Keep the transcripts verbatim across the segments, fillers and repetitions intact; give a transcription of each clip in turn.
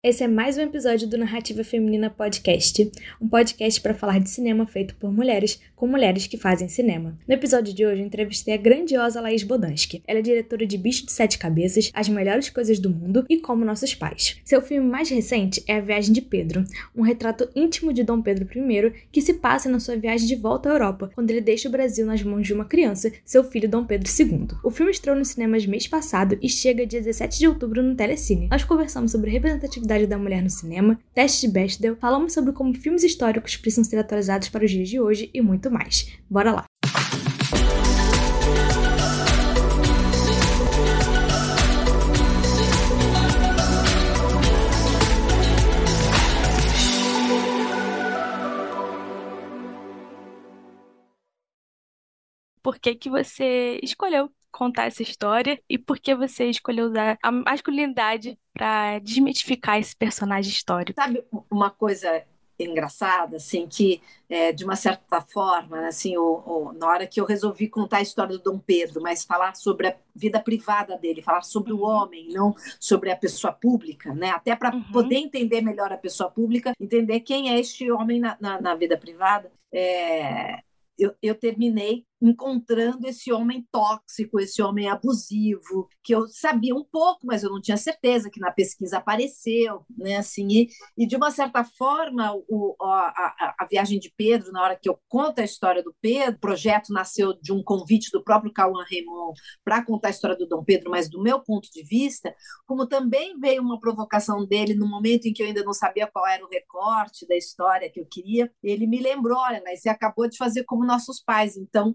Esse é mais um episódio do Narrativa Feminina Podcast, um podcast para falar de cinema feito por mulheres, com mulheres que fazem cinema. No episódio de hoje, eu entrevistei a grandiosa Laís Bodansky. Ela é diretora de Bicho de Sete Cabeças, As Melhores Coisas do Mundo e Como Nossos Pais. Seu filme mais recente é A Viagem de Pedro, um retrato íntimo de Dom Pedro I que se passa na sua viagem de volta à Europa, quando ele deixa o Brasil nas mãos de uma criança, seu filho Dom Pedro segundo. O filme estreou nos cinemas mês passado e chega dia dezessete de outubro no Telecine. Nós conversamos sobre representatividade da mulher no cinema, teste de Bechdel, falamos sobre como filmes históricos precisam ser atualizados para os dias de hoje e muito mais. Bora lá! Por que que você escolheu contar essa história e por que você escolheu usar a masculinidade para desmitificar esse personagem histórico? Sabe uma coisa engraçada, assim, que é, de uma certa forma, assim, o, o, na hora que eu resolvi contar a história do Dom Pedro, mas falar sobre a vida privada dele, falar sobre o homem, não sobre a pessoa pública, né? Até para Uhum. poder entender melhor a pessoa pública, entender quem é este homem na, na, na vida privada. É, eu, eu terminei encontrando esse homem tóxico, esse homem abusivo, que eu sabia um pouco, mas eu não tinha certeza, que na pesquisa apareceu, né? Assim, e, e de uma certa forma, o, a, a, a viagem de Pedro, na hora que eu conto a história do Pedro, o projeto nasceu de um convite do próprio Cauã Raymond para contar a história do Dom Pedro, mas do meu ponto de vista, como também veio uma provocação dele no momento em que eu ainda não sabia qual era o recorte da história que eu queria, ele me lembrou, olha, mas você acabou de fazer como nossos pais, então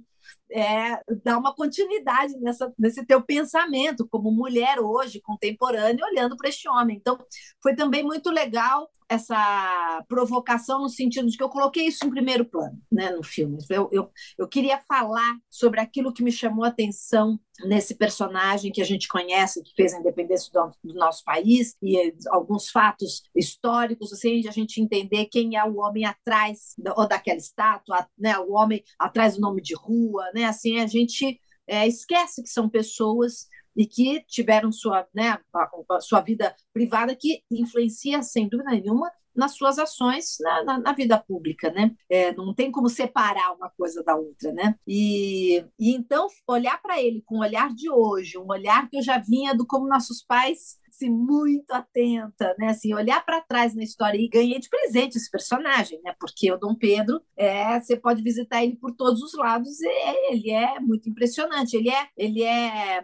É, dar uma continuidade nessa, nesse teu pensamento como mulher hoje, contemporânea, olhando para este homem. Então, foi também muito legal essa provocação no sentido de que eu coloquei isso em primeiro plano, né, no filme. Eu, eu, eu queria falar sobre aquilo que me chamou a atenção nesse personagem que a gente conhece, que fez a independência do, do nosso país, e alguns fatos históricos, assim, de a gente entender quem é o homem atrás da, ou daquela estátua, né, o homem atrás do nome de rua, né, assim, a gente é, esquece que são pessoas e que tiveram sua, né, a, a sua vida privada, que influencia, sem dúvida nenhuma, nas suas ações na, na, na vida pública, né? É, não tem como separar uma coisa da outra, né? E, e então, olhar para ele com o olhar de hoje, um olhar que eu já vinha do Como Nossos Pais, assim, muito atenta, né? Assim, olhar para trás na história, e ganhei de presente esse personagem, né? Porque o Dom Pedro, é, você pode visitar ele por todos os lados, e ele é muito impressionante. Ele é, ele é,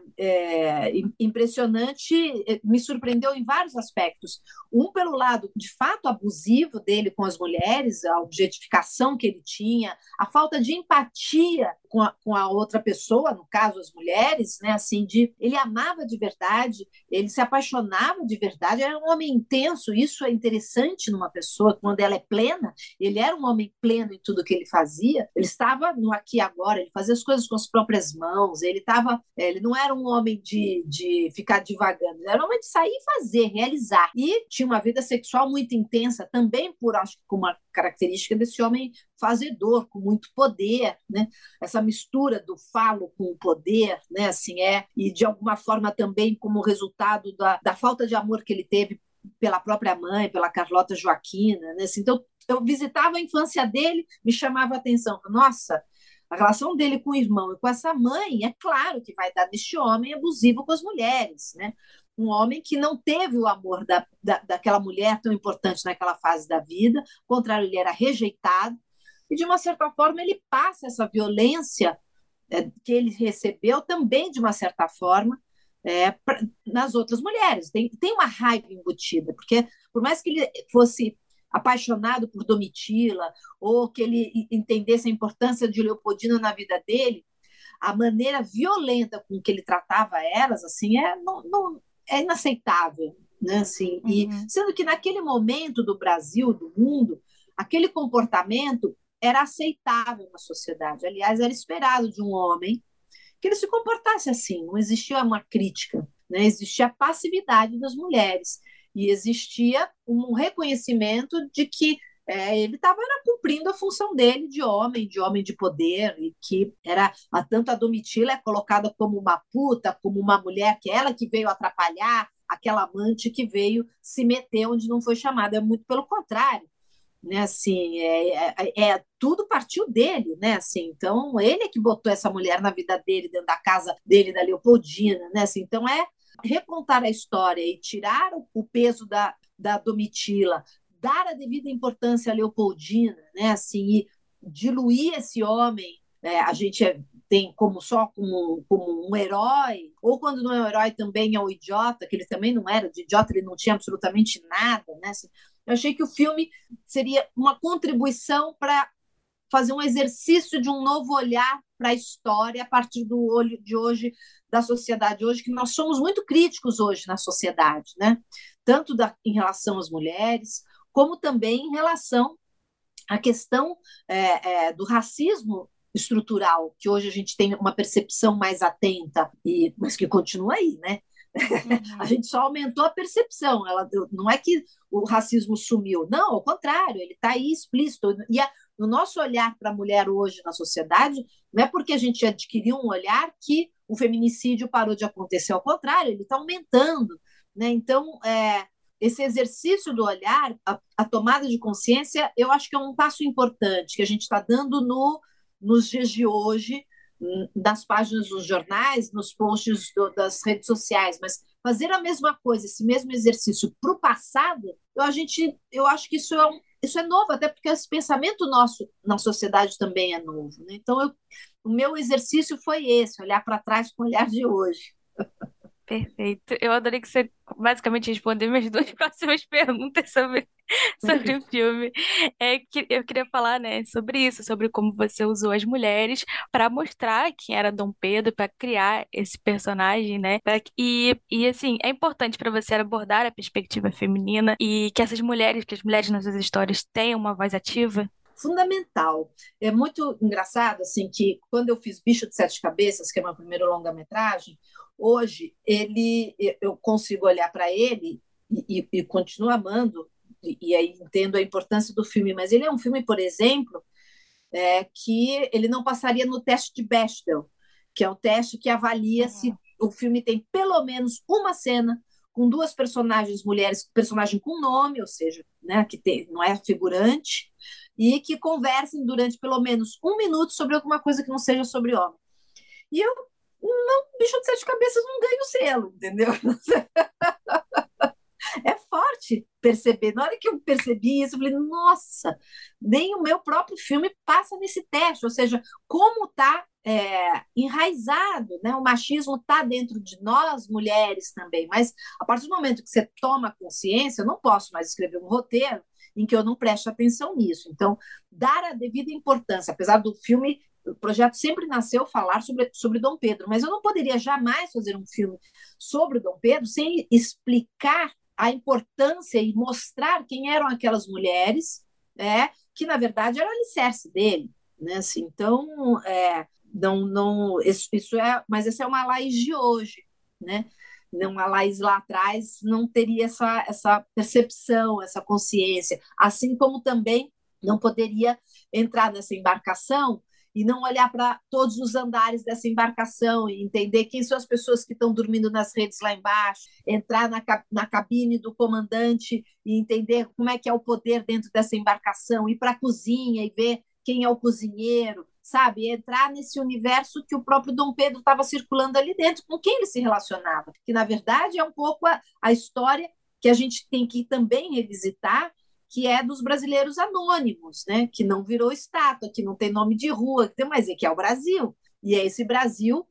é impressionante, me surpreendeu em vários aspectos. Um, pelo lado, de fato, abusivo dele com as mulheres, a objetificação que ele tinha, a falta de empatia com a, com a outra pessoa, no caso, as mulheres, né? Assim, de, ele amava de verdade, ele se apaixonava de verdade, era um homem intenso. Isso é interessante numa pessoa, quando ela é plena. Ele era um homem pleno em tudo que ele fazia, ele estava no aqui e agora, ele fazia as coisas com as próprias mãos, ele, tava, ele não era um homem de, de ficar divagando, ele era um homem de sair e fazer, realizar. E tinha uma vida sexual muito intensa, também por, acho que, uma característica desse homem fazedor, com muito poder, né? Essa mistura do falo com o poder, né? Assim, é, e de alguma forma também como resultado da, da falta de amor que ele teve pela própria mãe, pela Carlota Joaquina, né? Assim, então, eu visitava a infância dele, me chamava a atenção. Nossa, a relação dele com o irmão e com essa mãe, é claro que vai dar neste homem abusivo com as mulheres, né? Um homem que não teve o amor da, da, daquela mulher tão importante naquela fase da vida, ao contrário, ele era rejeitado, e de uma certa forma ele passa essa violência é, que ele recebeu também, de uma certa forma, é, pra, nas outras mulheres. Tem, tem uma raiva embutida, porque por mais que ele fosse apaixonado por Domitila, ou que ele entendesse a importância de Leopoldina na vida dele, a maneira violenta com que ele tratava elas, assim, é, não, não, é inaceitável, né? Assim, uhum. E sendo que naquele momento do Brasil, do mundo, aquele comportamento era aceitável na sociedade. Aliás, era esperado de um homem que ele se comportasse assim. Não existia uma crítica, né? Existia a passividade das mulheres e existia um reconhecimento de que é, ele estava cumprindo a função dele de homem, de homem de poder, e que era, a, tanto a Domitila é colocada como uma puta, como uma mulher que ela que veio atrapalhar aquela amante que veio se meter onde não foi chamada, é muito pelo contrário, né? Assim, é, é, é, tudo partiu dele, né? Assim, então ele é que botou essa mulher na vida dele, dentro da casa dele, da Leopoldina, né? Assim, então é recontar a história e tirar o, o peso da, da Domitila, dar a devida importância à Leopoldina, né? Assim, e diluir esse homem, é, a gente é, tem como só como, como um herói, ou quando não é um herói também é um idiota, que ele também não era de idiota, ele não tinha absolutamente nada, né? Assim, eu achei que o filme seria uma contribuição para fazer um exercício de um novo olhar para a história a partir do olho de hoje, da sociedade hoje, que nós somos muito críticos hoje na sociedade, né? Tanto da, em relação às mulheres, como também em relação à questão é, é, do racismo estrutural, que hoje a gente tem uma percepção mais atenta, e, mas que continua aí, né? Uhum. A gente só aumentou a percepção. Ela, não é que o racismo sumiu, não, ao contrário, ele está aí explícito. E a, no nosso olhar para a mulher hoje na sociedade, não é porque a gente adquiriu um olhar que o feminicídio parou de acontecer, ao contrário, ele está aumentando, né? Então, é, esse exercício do olhar, a, a tomada de consciência, eu acho que é um passo importante que a gente está dando no, nos dias de hoje, nas páginas dos jornais, nos posts do, das redes sociais, mas fazer a mesma coisa, esse mesmo exercício para o passado, eu, a gente, eu acho que isso é, um, isso é novo, até porque esse pensamento nosso na sociedade também é novo, né? Então, eu, o meu exercício foi esse, olhar para trás com o olhar de hoje. Perfeito. Eu adorei que você basicamente respondeu minhas duas próximas perguntas sobre, sobre o filme. É que eu queria falar, né, sobre isso, sobre como você usou as mulheres para mostrar quem era Dom Pedro, para criar esse personagem, né? Pra, e, e assim, é importante para você abordar a perspectiva feminina e que essas mulheres, que as mulheres nas suas histórias tenham uma voz ativa. Fundamental. É muito engraçado assim que quando eu fiz Bicho de Sete Cabeças, que é meu primeiro longa-metragem, hoje ele eu consigo olhar para ele e, e, e continuo amando e, e aí entendo a importância do filme, mas ele é um filme, por exemplo, é, que ele não passaria no teste de Bechdel, que é o teste que avalia uhum. se o filme tem pelo menos uma cena com duas personagens mulheres, personagem com nome, ou seja, né, que tem, não é figurante, e que conversem durante pelo menos um minuto sobre alguma coisa que não seja sobre homem. E eu, não, Bicho de Sete Cabeças não ganho selo, entendeu? É forte perceber. Na hora que eu percebi isso, eu falei, nossa, nem o meu próprio filme passa nesse teste, ou seja, como está é, enraizado, né? O machismo está dentro de nós, mulheres também, mas a partir do momento que você toma consciência, eu não posso mais escrever um roteiro em que eu não preste atenção nisso. Então, dar a devida importância, apesar do filme, o projeto sempre nasceu falar sobre, sobre Dom Pedro, mas eu não poderia jamais fazer um filme sobre Dom Pedro sem explicar a importância e mostrar quem eram aquelas mulheres, é, que na verdade era o alicerce dele, né? Assim, então, é, não, não, isso, isso é, mas essa é uma Laís de hoje, né? Não, a Laís lá atrás não teria essa, essa percepção, essa consciência, assim como também não poderia entrar nessa embarcação e não olhar para todos os andares dessa embarcação e entender quem são as pessoas que estão dormindo nas redes lá embaixo, entrar na, na cabine do comandante e entender como é que é o poder dentro dessa embarcação, ir para a cozinha e ver quem é o cozinheiro, sabe? Entrar nesse universo que o próprio Dom Pedro estava circulando ali dentro, com quem ele se relacionava, que na verdade é um pouco a, a história que a gente tem que também revisitar, que é dos brasileiros anônimos, né? Que não virou estátua, que não tem nome de rua, mas é que é o Brasil. E é esse Brasil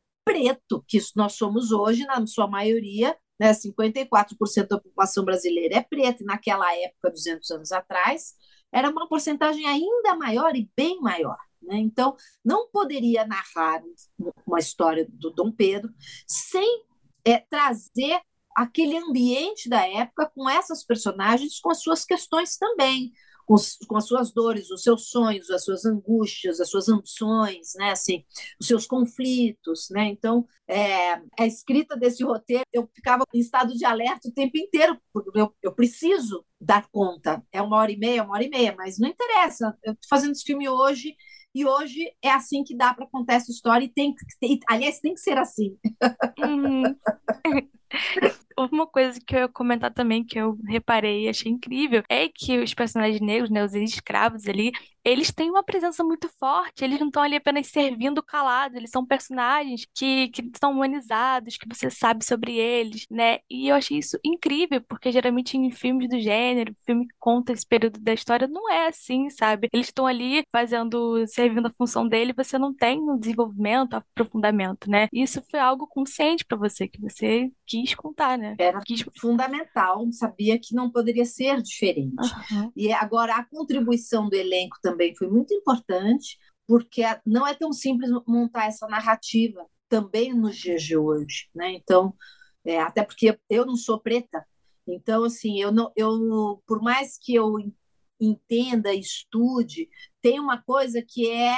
preto que nós somos hoje, na sua maioria, né? cinquenta e quatro por cento da população brasileira é preta, e naquela época, duzentos anos atrás, era uma porcentagem ainda maior e bem maior. Né? Então, não poderia narrar uma história do Dom Pedro sem é, trazer aquele ambiente da época com essas personagens, com as suas questões também, com, com as suas dores, os seus sonhos, as suas angústias, as suas ambições, né? Assim, os seus conflitos. Né? Então, é, a escrita desse roteiro, eu ficava em estado de alerta o tempo inteiro, porque eu, eu preciso dar conta. É uma hora e meia, uma hora e meia, mas não interessa. Eu estou fazendo esse filme hoje, e hoje é assim que dá para contar essa história, e tem que, aliás, tem que ser assim. Uhum. uma coisa que eu ia comentar também, que eu reparei e achei incrível, é que os personagens negros, né, os escravos ali, eles têm uma presença muito forte, eles não estão ali apenas servindo calados, eles são personagens que, que são humanizados, que você sabe sobre eles, né? E eu achei isso incrível, porque geralmente em filmes do gênero, filme que conta esse período da história, não é assim, sabe? Eles estão ali fazendo, servindo a função dele, e você não tem um desenvolvimento, aprofundamento, né? E isso foi algo consciente pra você, que você quis contar, né? Era Quis... fundamental, sabia que não poderia ser diferente. Aham. E agora a contribuição do elenco também foi muito importante, porque não é tão simples montar essa narrativa também nos dias de hoje, né? Então, é, até porque eu não sou preta, então assim, eu não, eu por mais que eu entenda, estude, tem uma coisa que é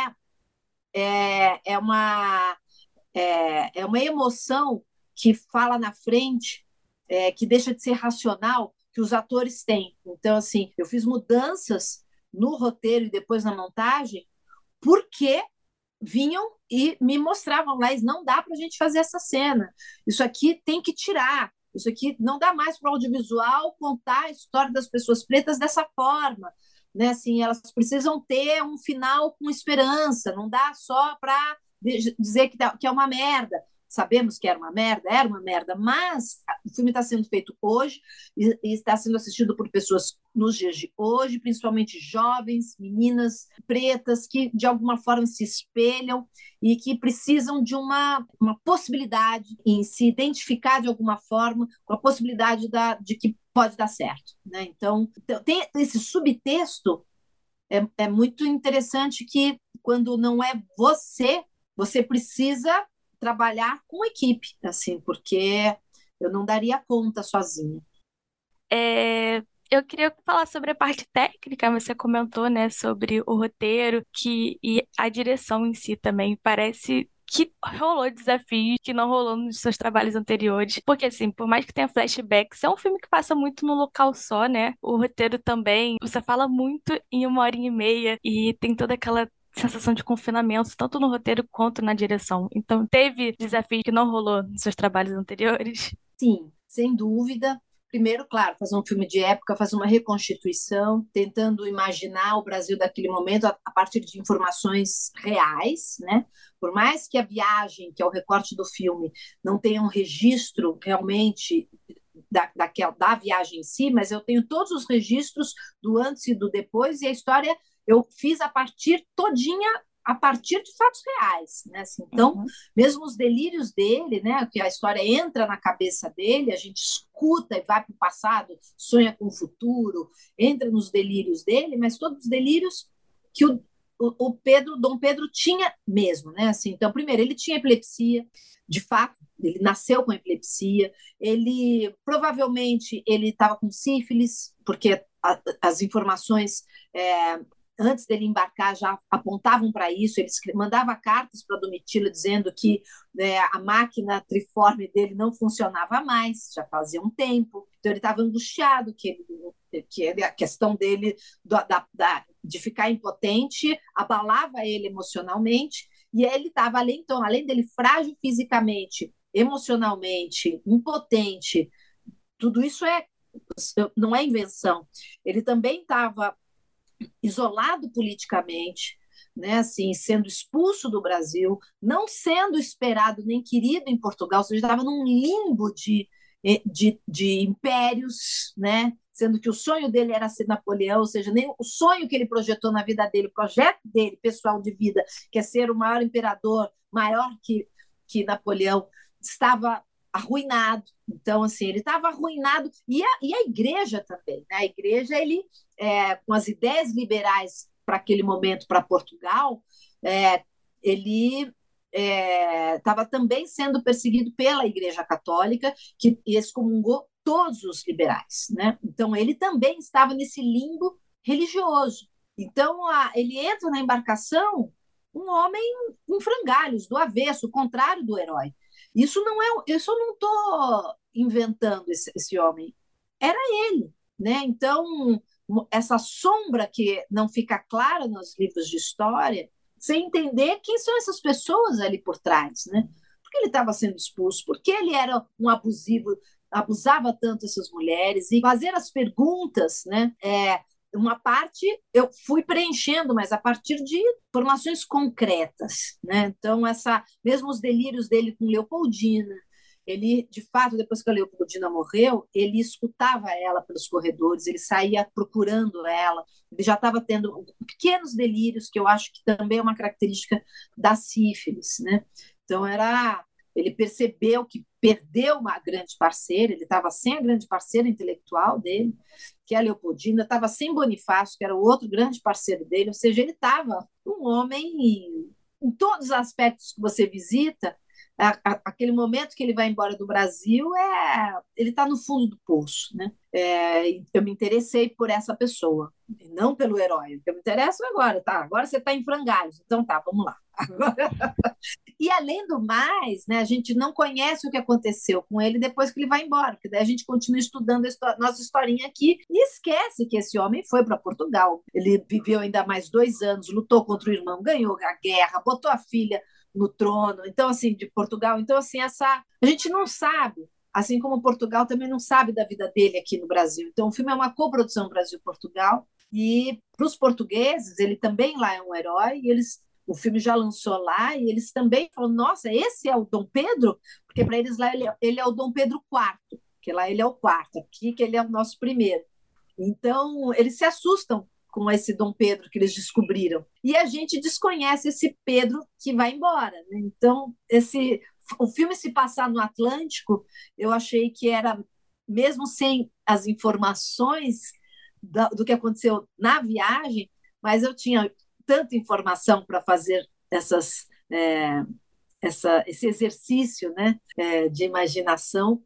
é, é uma é, é uma emoção que fala na frente, é, que deixa de ser racional, que os atores têm. Então, assim, eu fiz mudanças no roteiro e depois na montagem, porque vinham e me mostravam lá, não dá para a gente fazer essa cena, isso aqui tem que tirar, isso aqui não dá mais para o audiovisual contar a história das pessoas pretas dessa forma, né? Assim, elas precisam ter um final com esperança, não dá só para dizer que, que é uma merda. Sabemos que era uma merda, era uma merda, mas o filme está sendo feito hoje e, e está sendo assistido por pessoas nos dias de hoje, principalmente jovens, meninas pretas, que de alguma forma se espelham e que precisam de uma, uma possibilidade em se identificar de alguma forma com a possibilidade da, de que pode dar certo, né? Então, tem esse subtexto, é, é muito interessante que quando não é você, você precisa trabalhar com equipe, assim, porque eu não daria conta sozinha. É, eu queria falar sobre a parte técnica, você comentou, né, sobre o roteiro que, e a direção em si também. Parece que rolou desafios que não rolou nos seus trabalhos anteriores. Porque, assim, por mais que tenha flashbacks, é um filme que passa muito num local só, né? O roteiro também, você fala muito em uma hora e meia e tem toda aquela sensação de confinamento, tanto no roteiro quanto na direção. Então, teve desafio que não rolou nos seus trabalhos anteriores? Sim, sem dúvida. Primeiro, claro, fazer um filme de época, fazer uma reconstituição, tentando imaginar o Brasil daquele momento a, a partir de informações reais, né? Por mais que a viagem, que é o recorte do filme, não tenha um registro realmente da, daquela, da viagem em si, mas eu tenho todos os registros do antes e do depois, e a história eu fiz a partir todinha a partir de fatos reais, né? Assim, então, Uhum. mesmo os delírios dele, né? Que a história entra na cabeça dele, a gente escuta e vai para o passado, sonha com o futuro, entra nos delírios dele, mas todos os delírios que o, o, o Pedro, Dom Pedro tinha mesmo, né? Assim, então, primeiro, ele tinha epilepsia, de fato, ele nasceu com epilepsia, ele provavelmente ele estava com sífilis, porque a, as informações é, antes dele embarcar, já apontavam para isso. Ele mandava cartas para Domitila dizendo que né, a máquina triforme dele não funcionava mais, já fazia um tempo. Então ele estava angustiado, que, ele, que ele, a questão dele da, da, de ficar impotente abalava ele emocionalmente. E ele estava, além, então, além dele frágil fisicamente, emocionalmente, impotente, tudo isso é, não é invenção. Ele também estava isolado politicamente, né, assim, sendo expulso do Brasil, não sendo esperado nem querido em Portugal, ou seja, estava num limbo de, de, de impérios, né, sendo que o sonho dele era ser Napoleão, ou seja, nem o sonho que ele projetou na vida dele, o projeto dele, pessoal de vida, que é ser o maior imperador, maior que, que Napoleão, estava arruinado. Então, assim, ele estava arruinado. E a, e a igreja também, né? A igreja, ele, é, com as ideias liberais para aquele momento, para Portugal, é, ele estava é, também sendo perseguido pela Igreja Católica, que excomungou todos os liberais, né? Então, ele também estava nesse limbo religioso. Então, a, ele entra na embarcação um homem em frangalhos, do avesso, o contrário do herói. Isso não é, isso eu não estou inventando esse, esse homem, era ele, né? Então essa sombra que não fica clara nos livros de história, sem entender quem são essas pessoas ali por trás, né? Porque ele estava sendo expulso, porque ele era um abusivo abusava tanto essas mulheres, e fazer as perguntas, né? É, uma parte eu fui preenchendo, mas a partir de informações concretas, né? Então, essa, mesmo os delírios dele com Leopoldina, ele, de fato, depois que a Leopoldina morreu, ele escutava ela pelos corredores, ele saía procurando ela, ele já estava tendo pequenos delírios, que eu acho que também é uma característica da sífilis, né? Então, era, ele percebeu que perdeu uma grande parceira, ele estava sem a grande parceira intelectual dele, que é a Leopoldina, estava sem Bonifácio, que era o outro grande parceiro dele, ou seja, ele estava um homem em, em todos os aspectos que você visita. A, a, aquele momento que ele vai embora do Brasil, é, ele está no fundo do poço, né? É, eu me interessei por essa pessoa, não pelo herói. Eu me interesso agora, tá? Agora você está em frangalhos, então tá, vamos lá. Agora... E além do mais, né, a gente não conhece o que aconteceu com ele depois que ele vai embora, porque daí a gente continua estudando a história, nossa historinha aqui e esquece que esse homem foi para Portugal. Ele viveu ainda mais dois anos, lutou contra o irmão, ganhou a guerra, botou a filha no trono, então assim, de Portugal. Então assim, essa a gente não sabe, assim como Portugal também não sabe da vida dele aqui no Brasil. Então o filme é uma coprodução Brasil-Portugal, e para os portugueses ele também lá é um herói, e eles, o filme já lançou lá, e eles também falam, nossa, esse é o Dom Pedro? Porque para eles lá ele, ele é o Dom Pedro quarto, que lá ele é o quarto, aqui que ele é o nosso primeiro. Então eles se assustam com esse Dom Pedro que eles descobriram. E a gente desconhece esse Pedro que vai embora, né? Então, esse, o filme se passar no Atlântico, eu achei que era, mesmo sem as informações do, do que aconteceu na viagem, mas eu tinha tanta informação para fazer essas, é, essa, esse exercício, né, é, de imaginação,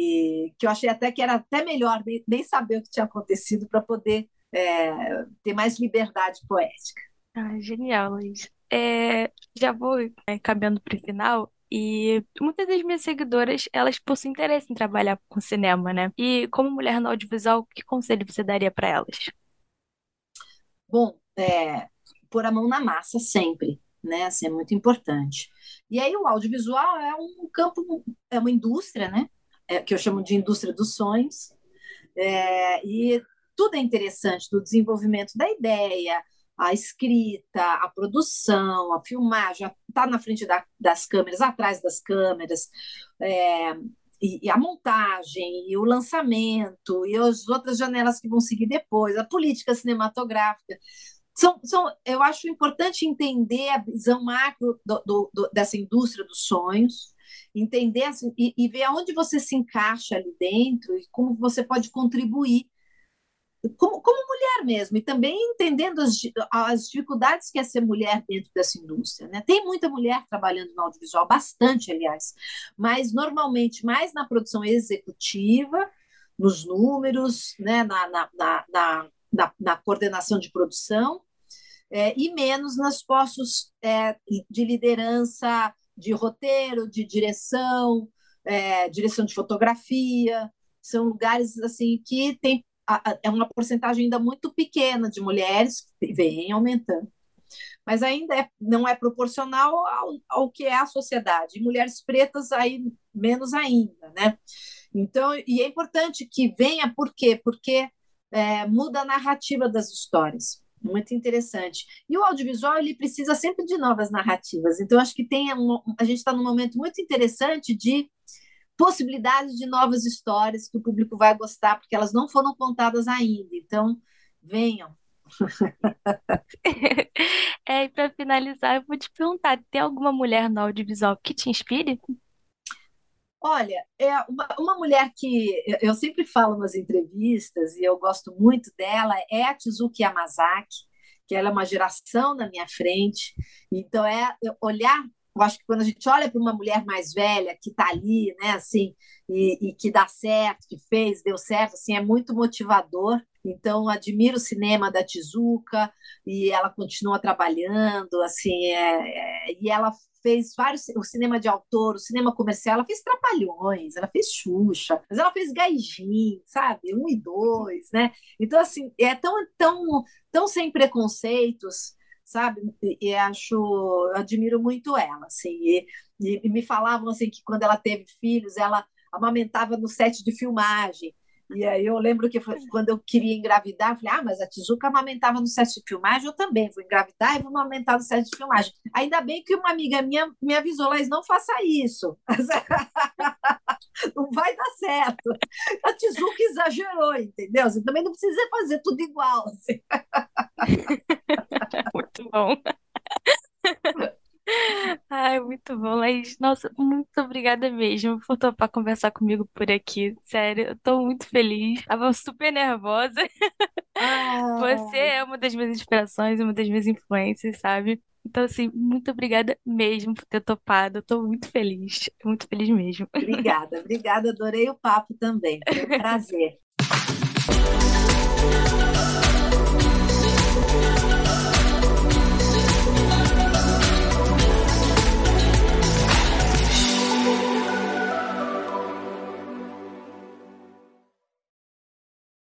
e que eu achei até que era até melhor nem, nem saber o que tinha acontecido para poder é, ter mais liberdade poética. Ah, genial, Luiz. É, já vou é, caminhando para o final. E muitas das minhas seguidoras, elas possuem interesse em trabalhar com cinema, né? E como mulher no audiovisual, que conselho você daria para elas? Bom, é, pôr a mão na massa sempre, né? Assim, é muito importante. E aí o audiovisual é um campo, é uma indústria, né? É, que eu chamo de indústria dos sonhos. É, e tudo é interessante, do desenvolvimento da ideia, a escrita, a produção, a filmagem, está na frente da, das câmeras, atrás das câmeras, é, e, e a montagem, e o lançamento, e as outras janelas que vão seguir depois, a política cinematográfica. São, são, eu acho importante entender a visão macro do, do, do, dessa indústria dos sonhos, entender assim, e, e ver aonde você se encaixa ali dentro e como você pode contribuir como, como mulher mesmo, e também entendendo as, as dificuldades que é ser mulher dentro dessa indústria, né? Tem muita mulher trabalhando no audiovisual, bastante, aliás, mas normalmente mais na produção executiva, nos números, né? na, na, na, na, na, na coordenação de produção, é, e menos nos postos é, de liderança, de roteiro, de direção, é, direção de fotografia. São lugares assim que tem é uma porcentagem ainda muito pequena de mulheres, que vem aumentando, mas ainda é, não é proporcional ao, ao que é a sociedade. E mulheres pretas aí menos ainda, né? Então, e é importante que venha, por quê? Porque é, muda a narrativa das histórias. Muito interessante. E o audiovisual ele precisa sempre de novas narrativas. Então, acho que tem um, a gente está num momento muito interessante de possibilidades de novas histórias que o público vai gostar, porque elas não foram contadas ainda. Então, venham. É, e para finalizar, eu vou te perguntar, tem alguma mulher no audiovisual que te inspire? Olha, é uma, uma mulher que eu sempre falo nas entrevistas e eu gosto muito dela é a Chizuki Yamazaki, que ela é uma geração na minha frente. Então, é olhar. Eu acho que quando a gente olha para uma mulher mais velha que está ali, né, assim, e, e que dá certo, que fez, deu certo, assim, é muito motivador. Então, admiro o cinema da Tezuka e ela continua trabalhando, assim, é, é, e ela fez vários, o cinema de autor, o cinema comercial, ela fez Trapalhões, ela fez Xuxa, mas ela fez Gaijin, sabe, um e dois, né? Então, assim, é tão, tão, tão sem preconceitos, sabe? E, e acho, eu admiro muito ela, assim, e, e, e me falavam assim que quando ela teve filhos, ela amamentava no set de filmagem. E aí eu lembro que foi, quando eu queria engravidar, eu falei, ah, mas a Tijuca amamentava no set de filmagem, eu também vou engravidar e vou amamentar no set de filmagem. Ainda bem que uma amiga minha me avisou, mas não faça isso. Não vai dar certo. A Tijuca exagerou, entendeu? Você também não precisa fazer tudo igual. Assim. Muito bom. Ai, muito bom, Laís. Nossa, muito obrigada mesmo por topar conversar comigo por aqui. Sério, eu tô muito feliz. Tava super nervosa. Ah, Você é uma das minhas inspirações, uma das minhas influências, sabe? Então, assim, muito obrigada mesmo por ter topado. Eu tô muito feliz, muito feliz mesmo. obrigada, obrigada, adorei o papo também. Foi um prazer.